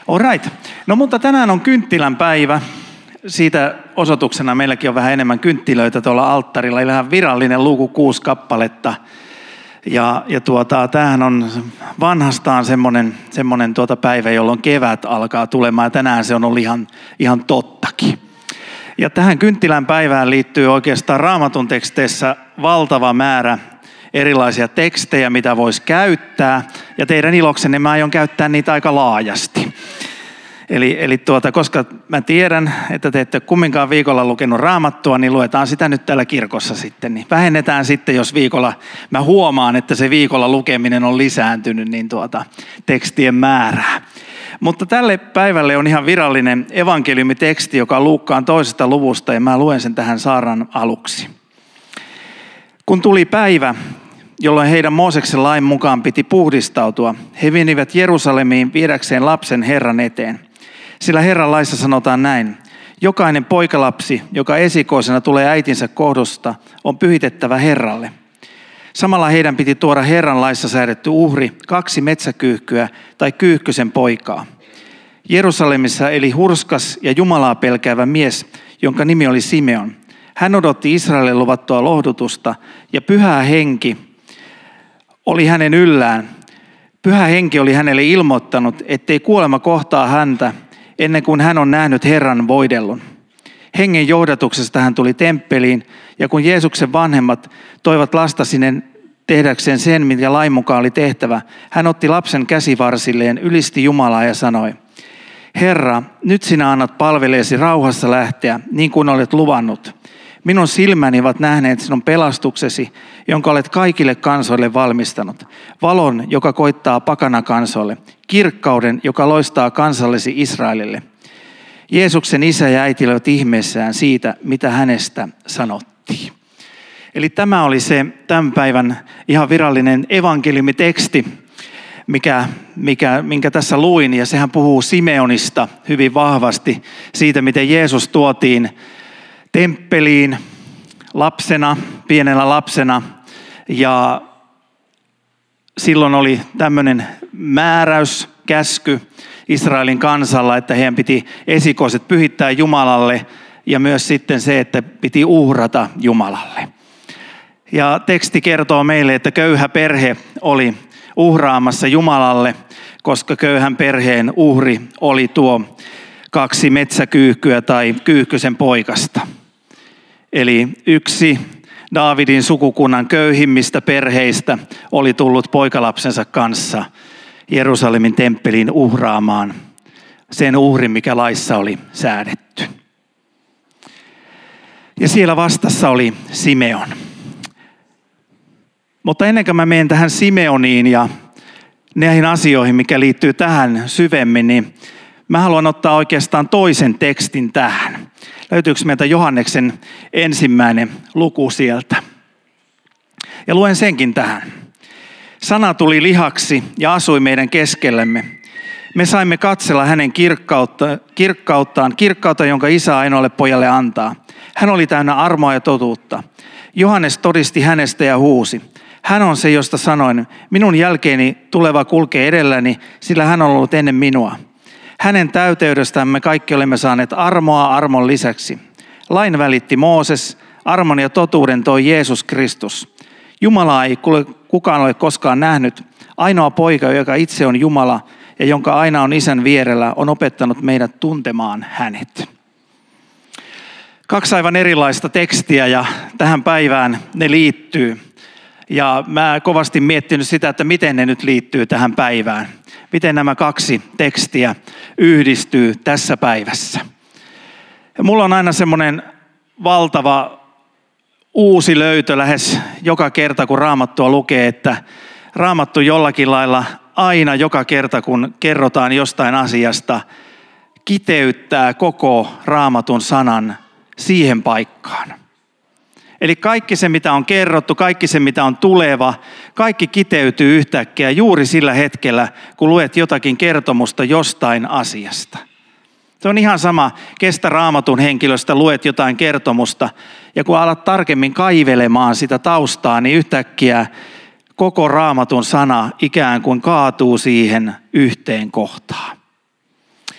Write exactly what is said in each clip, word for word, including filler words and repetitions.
Alright. No mutta tänään on kynttilän päivä. Siitä osoituksena meilläkin on vähän enemmän kynttilöitä tuolla alttarilla. Ihan virallinen luku kuusi kappaletta. Ja, ja tuota, tämähän on vanhastaan semmoinen, semmoinen tuota päivä, jolloin kevät alkaa tulemaan. Ja tänään se on ollut ihan, ihan tottakin. Ja tähän kynttilän päivään liittyy oikeastaan Raamatun teksteissä valtava määrä erilaisia tekstejä, mitä voisi käyttää. Ja teidän iloksenne mä aion käyttää niitä aika laajasti. Eli, eli tuota, koska mä tiedän, että te ette kumminkaan viikolla lukenut Raamattua, niin luetaan sitä nyt täällä kirkossa sitten. Niin vähennetään sitten, jos viikolla, mä huomaan, että se viikolla lukeminen on lisääntynyt, niin tuota, tekstien määrää. Mutta tälle päivälle on ihan virallinen evankeliumiteksti, joka on Luukkaan toisesta luvusta, ja mä luen sen tähän saarnan aluksi. Kun tuli päivä, jolloin heidän Mooseksen lain mukaan piti puhdistautua, he menivät Jerusalemiin viedäkseen lapsen Herran eteen. Sillä Herran laissa sanotaan näin: jokainen poikalapsi, joka esikoisena tulee äitinsä kohdusta, on pyhitettävä Herralle. Samalla heidän piti tuoda Herran laissa säädetty uhri, kaksi metsäkyyhkyä tai kyyhkysen poikaa. Jerusalemissa eli hurskas ja Jumalaa pelkäävä mies, jonka nimi oli Simeon. Hän odotti Israelille luvattua lohdutusta, ja Pyhä Henki oli hänen yllään. Pyhä Henki oli hänelle ilmoittanut, ettei kuolema kohtaa häntä ennen kuin hän on nähnyt Herran voidellun. Hengen johdatuksesta hän tuli temppeliin, ja kun Jeesuksen vanhemmat toivat lasta sinne tehdäkseen sen, mitä lain mukaan oli tehtävä, hän otti lapsen käsivarsilleen, ylisti Jumalaa ja sanoi: Herra, nyt sinä annat palveleesi rauhassa lähteä, niin kuin olet luvannut. Minun silmäni ovat nähneet sinun pelastuksesi, jonka olet kaikille kansoille valmistanut. Valon, joka koittaa pakana kansoille. Kirkkauden, joka loistaa kansallesi Israelille. Jeesuksen isä ja äiti olivat ihmeessään siitä, mitä hänestä sanottiin. Eli tämä oli se tämän päivän ihan virallinen evankeliumiteksti, mikä, mikä, minkä tässä luin. Ja sehän puhuu Simeonista hyvin vahvasti, siitä miten Jeesus tuotiin temppeliin lapsena, pienenä lapsena, ja silloin oli tämmöinen määräys, käsky Israelin kansalla, että heidän piti esikoiset pyhittää Jumalalle, ja myös sitten se, että piti uhrata Jumalalle. Ja teksti kertoo meille, että köyhä perhe oli uhraamassa Jumalalle, koska köyhän perheen uhri oli tuo kaksi metsäkyyhkyä tai kyyhkysen poikasta. Eli yksi Daavidin sukukunnan köyhimmistä perheistä oli tullut poikalapsensa kanssa Jerusalemin temppeliin uhraamaan sen uhrin, mikä laissa oli säädetty. Ja siellä vastassa oli Simeon. Mutta ennen kuin mä menen tähän Simeoniin ja näihin asioihin, mikä liittyy tähän syvemmin, niin mä haluan ottaa oikeastaan toisen tekstin tähän. Löytyykö meiltä Johanneksen ensimmäinen luku sieltä? Ja luen senkin tähän. Sana tuli lihaksi ja asui meidän keskellämme. Me saimme katsella hänen kirkkautta, kirkkauttaan, kirkkautta, jonka isä ainoalle pojalle antaa. Hän oli täynnä armoa ja totuutta. Johannes todisti hänestä ja huusi: hän on se, josta sanoin, minun jälkeeni tuleva kulkee edelläni, sillä hän on ollut ennen minua. Hänen täyteydestään me kaikki olemme saaneet armoa armon lisäksi. Lain välitti Mooses, armon ja totuuden toi Jeesus Kristus. Jumalaa ei kukaan ole koskaan nähnyt. Ainoa poika, joka itse on Jumala ja jonka aina on isän vierellä, on opettanut meidät tuntemaan hänet. Kaksi aivan erilaista tekstiä, ja tähän päivään ne liittyy. Ja mä kovasti miettinyt sitä, että miten ne nyt liittyy tähän päivään. Miten nämä kaksi tekstiä yhdistyy tässä päivässä. Ja mulla on aina semmoinen valtava uusi löytö lähes joka kerta, kun Raamattua lukee, että Raamattu jollakin lailla aina joka kerta, kun kerrotaan jostain asiasta, kiteyttää koko Raamatun sanan siihen paikkaan. Eli kaikki se, mitä on kerrottu, kaikki se, mitä on tuleva, kaikki kiteytyy yhtäkkiä juuri sillä hetkellä, kun luet jotakin kertomusta jostain asiasta. Se on ihan sama, kestä Raamatun henkilöstä luet jotain kertomusta, ja kun alat tarkemmin kaivelemaan sitä taustaa, niin yhtäkkiä koko Raamatun sana ikään kuin kaatuu siihen yhteen kohtaan.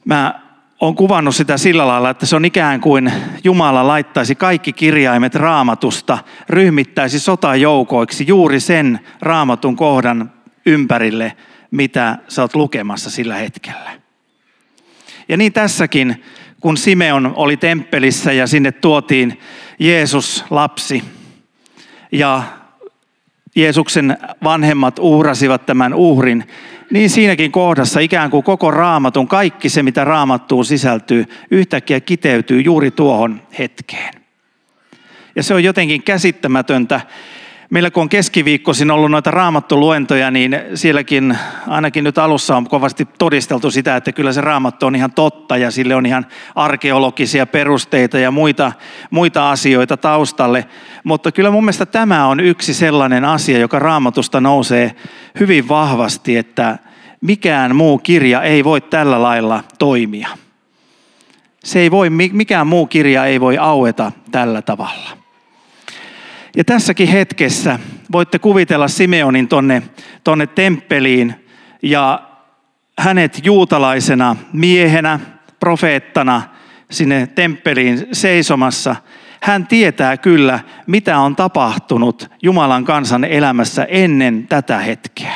Mä oon kuvannut sitä sillä lailla, että se on ikään kuin Jumala laittaisi kaikki kirjaimet Raamatusta, ryhmittäisi sotajoukoiksi juuri sen Raamatun kohdan ympärille, mitä sä oot lukemassa sillä hetkellä. Ja niin tässäkin, kun Simeon oli temppelissä ja sinne tuotiin Jeesus lapsi ja Jeesuksen vanhemmat uhrasivat tämän uhrin, niin siinäkin kohdassa ikään kuin koko Raamatun, kaikki se mitä Raamattuun sisältyy, yhtäkkiä kiteytyy juuri tuohon hetkeen. Ja se on jotenkin käsittämätöntä. Meillä kun on keskiviikkoisin ollut noita Raamattu-luentoja, niin sielläkin ainakin nyt alussa on kovasti todisteltu sitä, että kyllä se Raamattu on ihan totta ja sille on ihan arkeologisia perusteita ja muita, muita asioita taustalle. Mutta kyllä mun mielestä tämä on yksi sellainen asia, joka Raamatusta nousee hyvin vahvasti, että mikään muu kirja ei voi tällä lailla toimia. Se ei voi, mikään muu kirja ei voi aueta tällä tavalla. Ja tässäkin hetkessä voitte kuvitella Simeonin tonne, tonne temppeliin ja hänet juutalaisena miehenä, profeettana sinne temppeliin seisomassa. Hän tietää kyllä, mitä on tapahtunut Jumalan kansan elämässä ennen tätä hetkeä.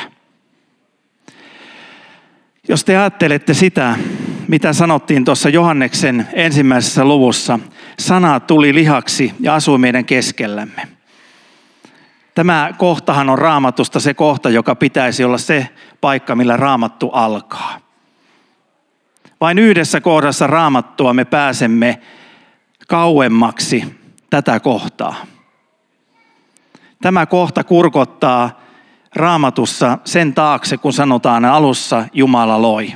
Jos te ajattelette sitä, mitä sanottiin tuossa Johanneksen ensimmäisessä luvussa, sana tuli lihaksi ja asui meidän keskellämme. Tämä kohtahan on Raamatusta se kohta, joka pitäisi olla se paikka, millä Raamattu alkaa. Vain yhdessä kohdassa Raamattua me pääsemme kauemmaksi tätä kohtaa. Tämä kohta kurkottaa Raamatussa sen taakse, kun sanotaan alussa Jumala loi.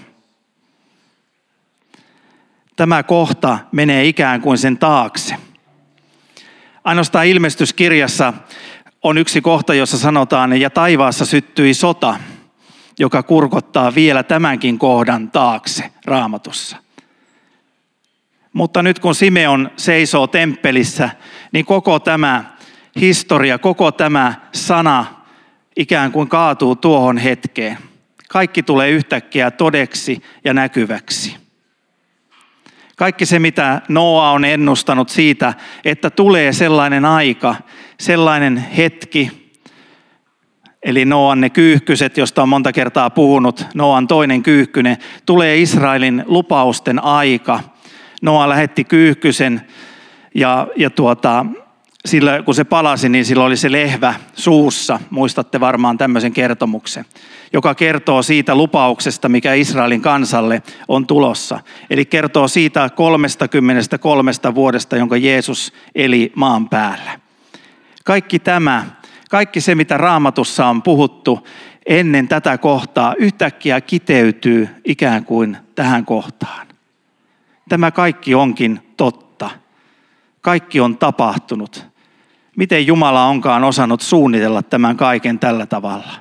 Tämä kohta menee ikään kuin sen taakse. Ainoastaan ilmestyskirjassa on yksi kohta, jossa sanotaan, ja taivaassa syttyi sota, joka kurkottaa vielä tämänkin kohdan taakse Raamatussa. Mutta nyt kun Simeon seisoo temppelissä, niin koko tämä historia, koko tämä sana ikään kuin kaatuu tuohon hetkeen. Kaikki tulee yhtäkkiä todeksi ja näkyväksi. Kaikki se, mitä Noa on ennustanut siitä, että tulee sellainen aika, sellainen hetki, eli Noan ne kyyhkyset, josta on monta kertaa puhunut, Noan toinen kyyhkynen, tulee Israelin lupausten aika. Noa lähetti kyyhkysen ja, ja tuota, sillä, kun se palasi, niin sillä oli se lehvä suussa. Muistatte varmaan tämmöisen kertomuksen, joka kertoo siitä lupauksesta, mikä Israelin kansalle on tulossa. Eli kertoo siitä kolmekymmentäkolme vuodesta, jonka Jeesus eli maan päällä. Kaikki tämä, kaikki se mitä Raamatussa on puhuttu ennen tätä kohtaa, yhtäkkiä kiteytyy ikään kuin tähän kohtaan. Tämä kaikki onkin totta. Kaikki on tapahtunut. Miten Jumala onkaan osannut suunnitella tämän kaiken tällä tavalla?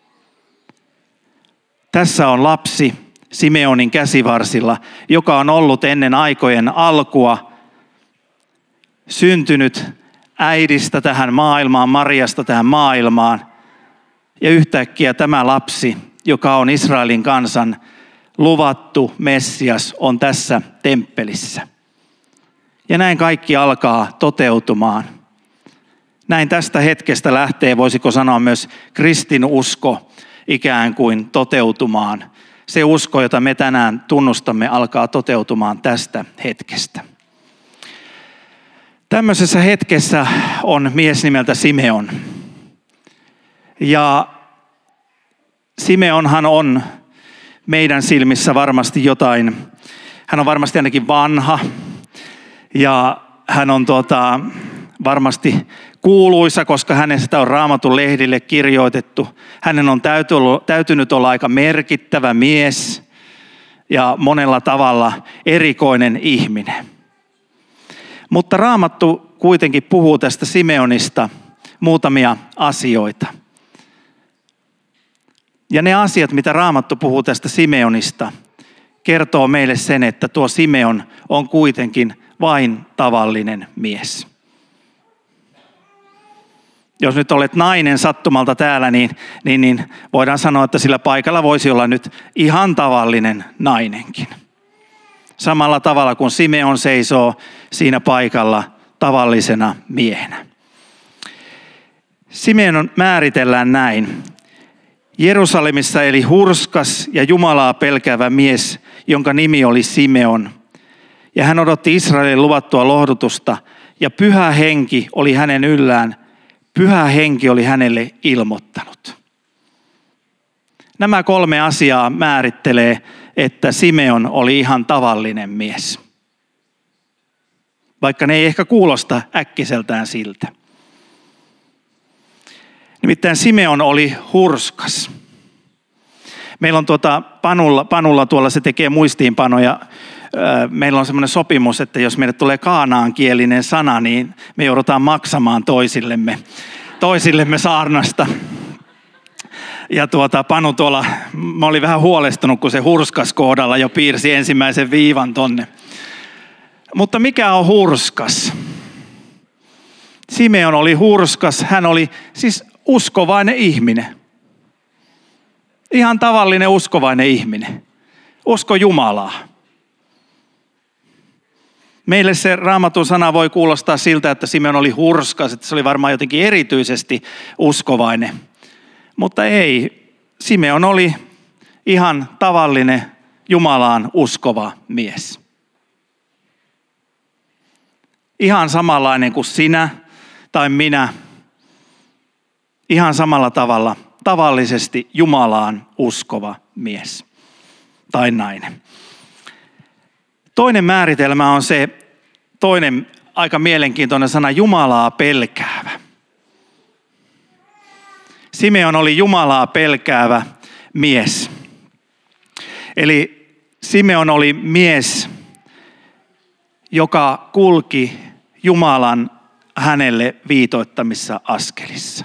Tässä on lapsi Simeonin käsivarsilla, joka on ollut ennen aikojen alkua syntynyt äidistä tähän maailmaan, Mariasta tähän maailmaan. Ja yhtäkkiä tämä lapsi, joka on Israelin kansan luvattu Messias, on tässä temppelissä. Ja näin kaikki alkaa toteutumaan. Näin tästä hetkestä lähtee, voisiko sanoa myös kristinusko ikään kuin toteutumaan. Se usko, jota me tänään tunnustamme, alkaa toteutumaan tästä hetkestä. Tämmöisessä hetkessä on mies nimeltä Simeon. Ja Simeonhan on meidän silmissä varmasti jotain, hän on varmasti ainakin vanha ja hän on tuota, varmasti kuuluisa, koska hänestä on Raamatun lehdille kirjoitettu. Hänen on täytynyt olla aika merkittävä mies ja monella tavalla erikoinen ihminen. Mutta Raamattu kuitenkin puhuu tästä Simeonista muutamia asioita. Ja ne asiat, mitä Raamattu puhuu tästä Simeonista, kertoo meille sen, että tuo Simeon on kuitenkin vain tavallinen mies. Jos nyt olet nainen sattumalta täällä, niin, niin, niin voidaan sanoa, että sillä paikalla voisi olla nyt ihan tavallinen nainenkin. samalla tavalla kuin Simeon seisoo siinä paikalla tavallisena miehenä. Simeon määritellään näin. Jerusalemissa eli hurskas ja Jumalaa pelkäävä mies, jonka nimi oli Simeon. Ja hän odotti Israelin luvattua lohdutusta, ja pyhä henki oli hänen yllään. Pyhä henki oli hänelle ilmoittanut. Nämä kolme asiaa määrittelee, että Simeon oli ihan tavallinen mies. Vaikka ne ei ehkä kuulosta äkkiseltään siltä. Nimittäin Simeon oli hurskas. Meillä on tuota Panulla, Panulla tuolla, se tekee muistiinpanoja. Meillä on semmoinen sopimus, että jos meille tulee kaanaankielinen sana, niin me joudutaan maksamaan toisillemme, toisillemme saarnasta. Ja tuota, Panu tuolla, mä olin vähän huolestunut, kun se hurskas kohdalla jo piirsi ensimmäisen viivan tonne. Mutta mikä on hurskas? Simeon oli hurskas, hän oli siis uskovainen ihminen. Ihan tavallinen uskovainen ihminen. Usko Jumalaa. Meille se Raamatun sana voi kuulostaa siltä, että Simeon oli hurskas, että se oli varmaan jotenkin erityisesti uskovainen. Mutta ei, Simeon oli ihan tavallinen Jumalaan uskova mies. Ihan samanlainen kuin sinä tai minä. Ihan samalla tavalla tavallisesti Jumalaan uskova mies tai nainen. Toinen määritelmä on se, toinen aika mielenkiintoinen sana, Jumalaa pelkäävä. Simeon oli Jumalaa pelkäävä mies. Eli Simeon oli mies, joka kulki Jumalan hänelle viitoittamissa askelissa.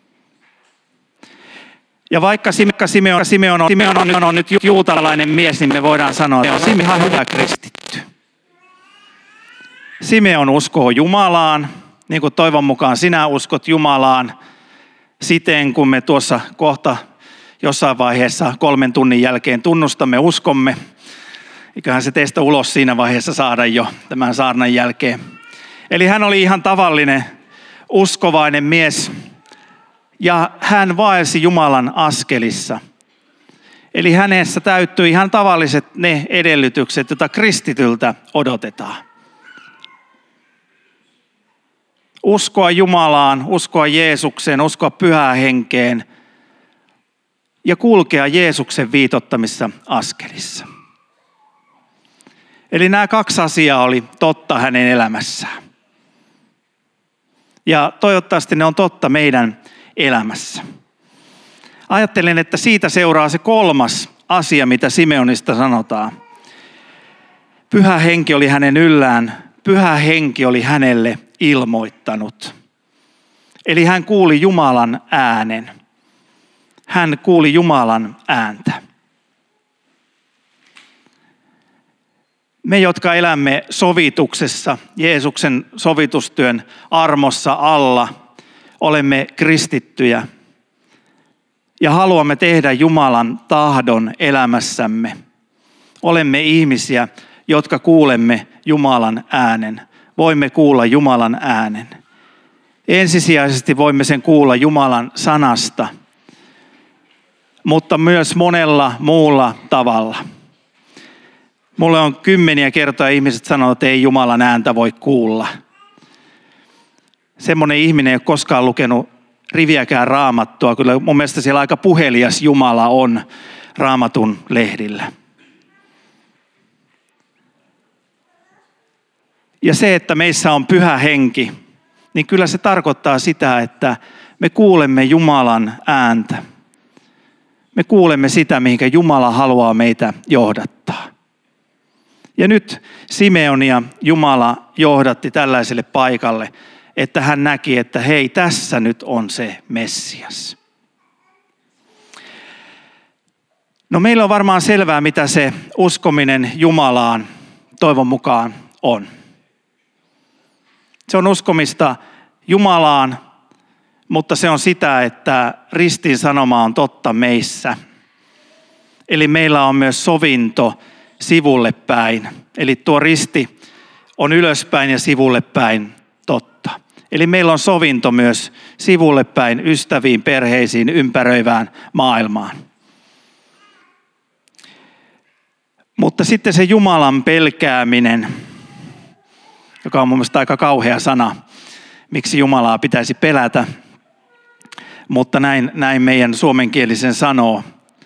Ja vaikka Simeon, Simeon, on, Simeon on, on nyt juutalainen mies, niin me voidaan sanoa, että Simeon on ihan hyvä kristitty. Simeon uskoo Jumalaan, niin kuin toivon mukaan sinä uskot Jumalaan, siten kun me tuossa kohta jossain vaiheessa kolmen tunnin jälkeen tunnustamme uskomme. Eiköhän se teistä ulos siinä vaiheessa saada jo tämän saarnan jälkeen. Eli hän oli ihan tavallinen, uskovainen mies. Ja hän vaelsi Jumalan askelissa. Eli hänessä täyttyi ihan tavalliset ne edellytykset, joita kristityltä odotetaan. Uskoa Jumalaan, uskoa Jeesukseen, uskoa Pyhään Henkeen ja kulkea Jeesuksen viitottamissa askelissa. Eli nämä kaksi asiaa oli totta hänen elämässään. Ja toivottavasti ne on totta meidän elämässä. Ajattelen, että siitä seuraa se kolmas asia, mitä Simeonista sanotaan. Pyhä henki oli hänen yllään, pyhä henki oli hänelle ilmoittanut. Eli hän kuuli Jumalan äänen. Hän kuuli Jumalan ääntä. Me, jotka elämme sovituksessa, Jeesuksen sovitustyön armossa alla, olemme kristittyjä ja haluamme tehdä Jumalan tahdon elämässämme. Olemme ihmisiä, jotka kuulemme Jumalan äänen. Voimme kuulla Jumalan äänen. Ensisijaisesti voimme sen kuulla Jumalan sanasta, mutta myös monella muulla tavalla. Mulle on kymmeniä kertoja ihmiset sanoo, että ei Jumalan ääntä voi kuulla. Semmoinen ihminen ei ole koskaan lukenut riviäkään Raamattua. Kyllä mun mielestä siellä aika puhelias Jumala on Raamatun lehdillä. Ja se, että meissä on pyhä henki, niin kyllä se tarkoittaa sitä, että me kuulemme Jumalan ääntä. Me kuulemme sitä, mihinkä Jumala haluaa meitä johdattaa. Ja nyt Simeonia Jumala johdatti tällaiselle paikalle, että hän näki, että hei, tässä nyt on se Messias. No meillä on varmaan selvää, mitä se uskominen Jumalaan toivon mukaan on. Se on uskomista Jumalaan, mutta se on sitä, että ristin sanoma on totta meissä. Eli meillä on myös sovinto sivulle päin. Eli tuo risti on ylöspäin ja sivulle päin totta. Eli meillä on sovinto myös sivulle päin ystäviin, perheisiin, ympäröivään maailmaan. Mutta sitten se Jumalan pelkääminen, joka on mun mielestä aika kauhea sana, miksi Jumalaa pitäisi pelätä, mutta näin, näin meidän suomenkielisen sanoo.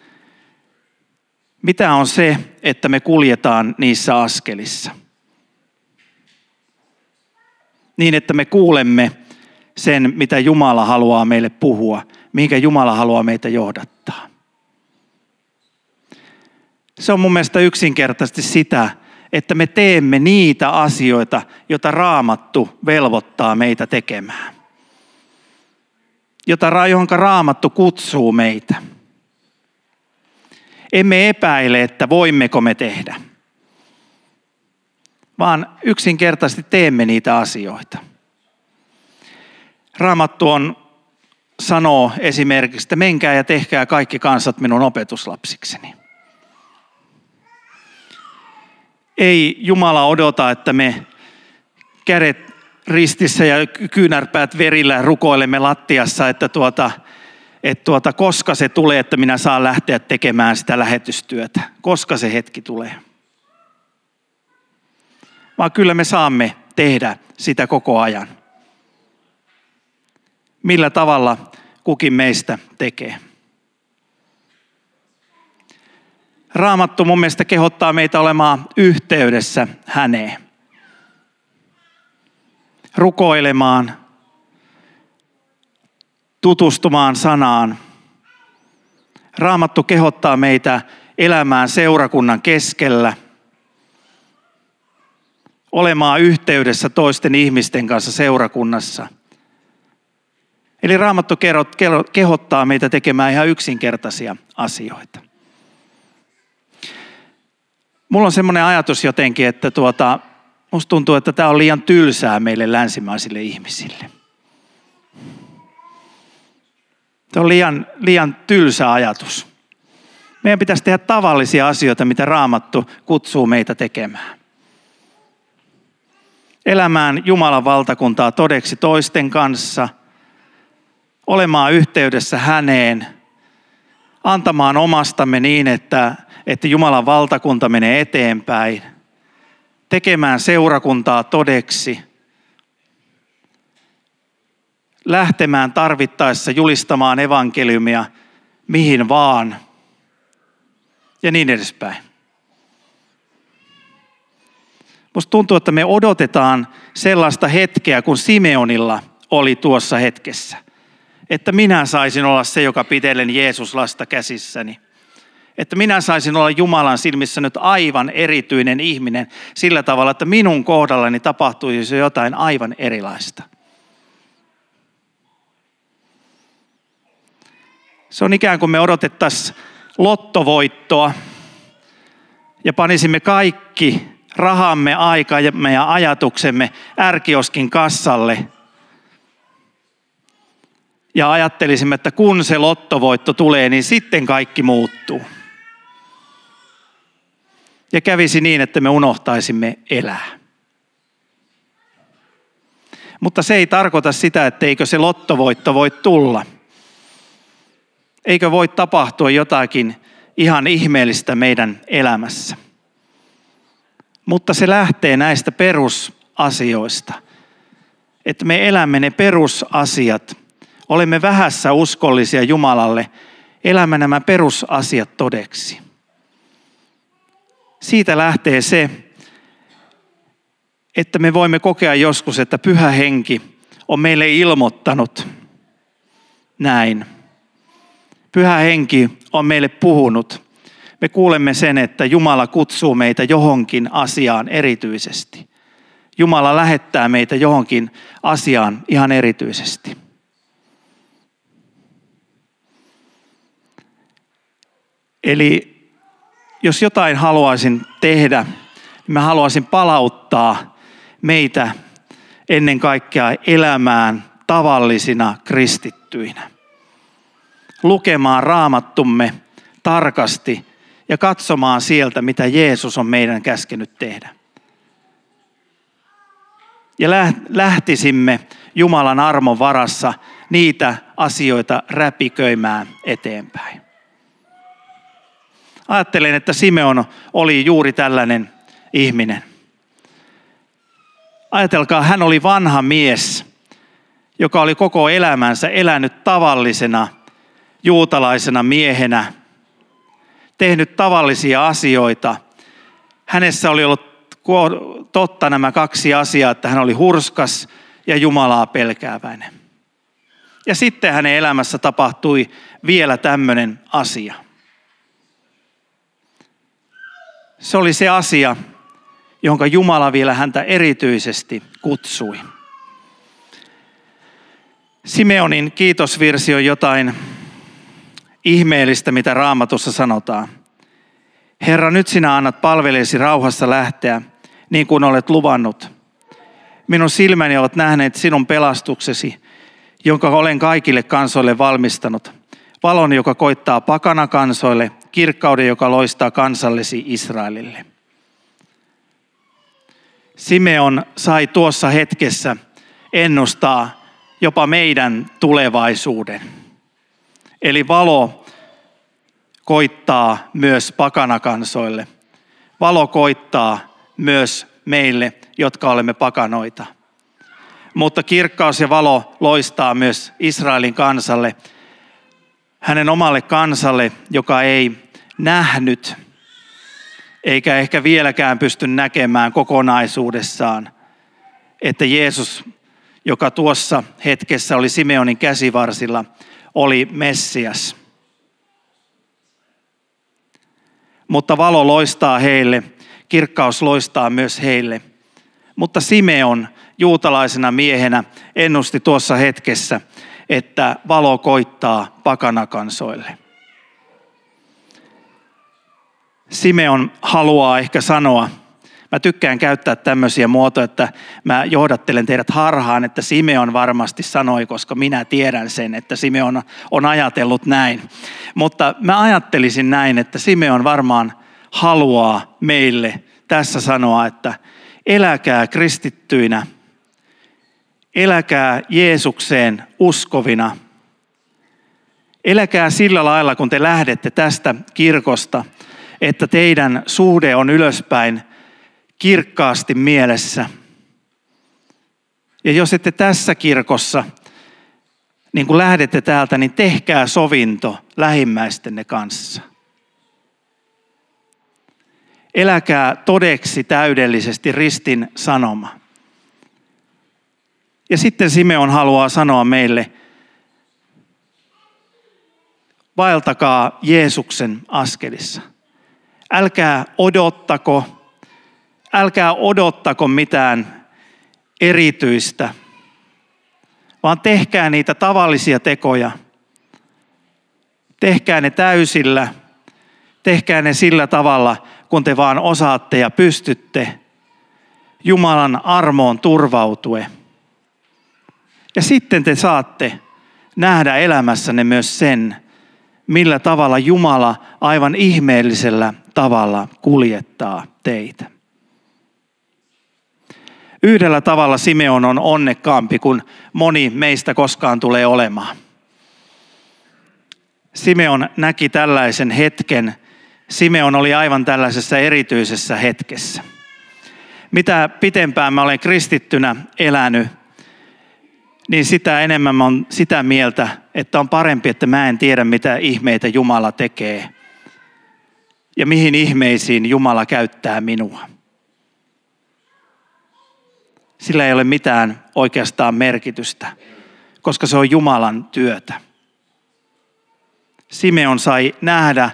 Mitä on se, että me kuljetaan niissä askelissa? Niin, että me kuulemme sen, mitä Jumala haluaa meille puhua, mihinkä Jumala haluaa meitä johdattaa. Se on mun mielestä yksinkertaisesti sitä, että me teemme niitä asioita, joita Raamattu velvoittaa meitä tekemään. Jota, johonka Raamattu kutsuu meitä. Emme epäile, että voimmeko me tehdä, vaan yksinkertaisesti teemme niitä asioita. Raamattu on, sanoo esimerkiksi, että menkää ja tehkää kaikki kansat minun opetuslapsikseni. Ei Jumala odota, että me kädet ristissä ja kyynärpäät verillä rukoilemme lattiassa, että, tuota, että tuota, koska se tulee, että minä saan lähteä tekemään sitä lähetystyötä. Koska se hetki tulee. Vaan kyllä me saamme tehdä sitä koko ajan. Millä tavalla kukin meistä tekee. Raamattu mun mielestä kehottaa meitä olemaan yhteydessä häneen. Rukoilemaan, tutustumaan sanaan. Raamattu kehottaa meitä elämään seurakunnan keskellä, olemaan yhteydessä toisten ihmisten kanssa seurakunnassa. Eli Raamattu kehottaa meitä tekemään ihan yksinkertaisia asioita. Mulla on semmoinen ajatus jotenkin, että tuota, musta tuntuu, että tämä on liian tylsää meille länsimaisille ihmisille. Tämä on liian, liian tylsä ajatus. Meidän pitäisi tehdä tavallisia asioita, mitä Raamattu kutsuu meitä tekemään. Elämään Jumalan valtakuntaa todeksi toisten kanssa, olemaan yhteydessä häneen, antamaan omastamme niin, että, että Jumalan valtakunta menee eteenpäin, tekemään seurakuntaa todeksi, lähtemään tarvittaessa julistamaan evankeliumia mihin vaan ja niin edespäin. Musta tuntuu, että me odotetaan sellaista hetkeä, kun Simeonilla oli tuossa hetkessä. Että minä saisin olla se, joka pitelen Jeesuslasta käsissäni. Että minä saisin olla Jumalan silmissä nyt aivan erityinen ihminen sillä tavalla, että minun kohdallani tapahtuisi jotain aivan erilaista. Se on ikään kuin me odotettaisiin lottovoittoa ja panisimme kaikki rahamme, aikamme ja ajatuksemme ärkioskin kassalle. Ja ajattelisimme, että kun se lottovoitto tulee, niin sitten kaikki muuttuu. Ja kävisi niin, että me unohtaisimme elää. Mutta se ei tarkoita sitä, etteikö se lottovoitto voi tulla. Eikö voi tapahtua jotakin ihan ihmeellistä meidän elämässä. Mutta se lähtee näistä perusasioista. Että me elämme ne perusasiat. Olemme vähässä uskollisia Jumalalle. Elämme nämä perusasiat todeksi. Siitä lähtee se, että me voimme kokea joskus, että Pyhä Henki on meille ilmoittanut näin. Pyhä Henki on meille puhunut. Me kuulemme sen, että Jumala kutsuu meitä johonkin asiaan erityisesti. Jumala lähettää meitä johonkin asiaan ihan erityisesti. Eli jos jotain haluaisin tehdä, niin mä haluaisin palauttaa meitä ennen kaikkea elämään tavallisina kristittyinä. Lukemaan Raamattumme tarkasti ja katsomaan sieltä, mitä Jeesus on meidän käskenyt tehdä. Ja lähtisimme Jumalan armon varassa niitä asioita räpiköimään eteenpäin. Ajattelen, että Simeon oli juuri tällainen ihminen. Ajatelkaa, hän oli vanha mies, joka oli koko elämänsä elänyt tavallisena juutalaisena miehenä, tehnyt tavallisia asioita. Hänessä oli ollut totta nämä kaksi asiaa, että hän oli hurskas ja Jumalaa pelkääväinen. Ja sitten hänen elämässä tapahtui vielä tämmöinen asia. Se oli se asia, jonka Jumala vielä häntä erityisesti kutsui. Simeonin kiitosvirsi on jotain ihmeellistä, mitä Raamatussa sanotaan. Herra, nyt sinä annat palvelijasi rauhassa lähteä, niin kuin olet luvannut. Minun silmäni ovat nähneet sinun pelastuksesi, jonka olen kaikille kansoille valmistanut. Valon, joka koittaa pakana kansoille, kirkkauden, joka loistaa kansallesi Israelille. Simeon sai tuossa hetkessä ennustaa jopa meidän tulevaisuuden. Eli valo koittaa myös pakanakansoille. Valo koittaa myös meille, jotka olemme pakanoita. Mutta kirkkaus ja valo loistaa myös Israelin kansalle, hänen omalle kansalle, joka ei nähnyt, eikä ehkä vieläkään pysty näkemään kokonaisuudessaan, että Jeesus, joka tuossa hetkessä oli Simeonin käsivarsilla, oli Messias. Mutta valo loistaa heille, kirkkaus loistaa myös heille. Mutta Simeon juutalaisena miehenä ennusti tuossa hetkessä, että valo koittaa pakanakansoille. Simeon haluaa ehkä sanoa, mä tykkään käyttää tämmöisiä muotoja, että mä johdattelen teidät harhaan, että Simeon varmasti sanoi, koska minä tiedän sen, että Simeon on ajatellut näin. Mutta mä ajattelisin näin, että Simeon varmaan haluaa meille tässä sanoa, että eläkää kristittyinä, eläkää Jeesukseen uskovina, eläkää sillä lailla, kun te lähdette tästä kirkosta, että teidän suhde on ylöspäin kirkkaasti mielessä. Ja jos ette tässä kirkossa, niin kun lähdette täältä, niin tehkää sovinto lähimmäistenne kanssa. Eläkää todeksi täydellisesti ristin sanoma. Ja sitten Simeon haluaa sanoa meille, vaeltakaa Jeesuksen askelissa. Älkää odottako, älkää odottako mitään erityistä, vaan tehkää niitä tavallisia tekoja. Tehkää ne täysillä, tehkää ne sillä tavalla, kun te vaan osaatte ja pystytte Jumalan armoon turvautuen. Ja sitten te saatte nähdä elämässänne myös sen, millä tavalla Jumala aivan ihmeellisellä tavalla kuljettaa teitä. Yhdellä tavalla Simeon on onnekkaampi kuin moni meistä koskaan tulee olemaan. Simeon näki tällaisen hetken. Simeon oli aivan tällaisessa erityisessä hetkessä. Mitä pitempään mä olen kristittynä elänyt, niin sitä enemmän mä olen sitä mieltä, että on parempi, että mä en tiedä, mitä ihmeitä Jumala tekee. Ja mihin ihmeisiin Jumala käyttää minua. Sillä ei ole mitään oikeastaan merkitystä, koska se on Jumalan työtä. Simeon sai nähdä,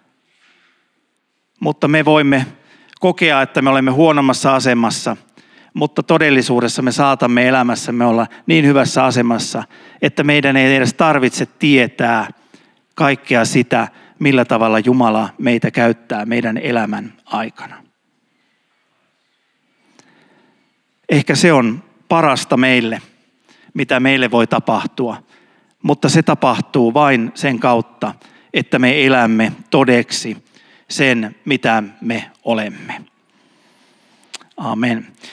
mutta me voimme kokea, että me olemme huonommassa asemassa, mutta todellisuudessa me saatamme elämässämme olla niin hyvässä asemassa, että meidän ei edes tarvitse tietää kaikkea sitä, millä tavalla Jumala meitä käyttää meidän elämän aikana. Ehkä se on parasta meille, mitä meille voi tapahtua, mutta se tapahtuu vain sen kautta, että me elämme todeksi sen, mitä me olemme. Amen.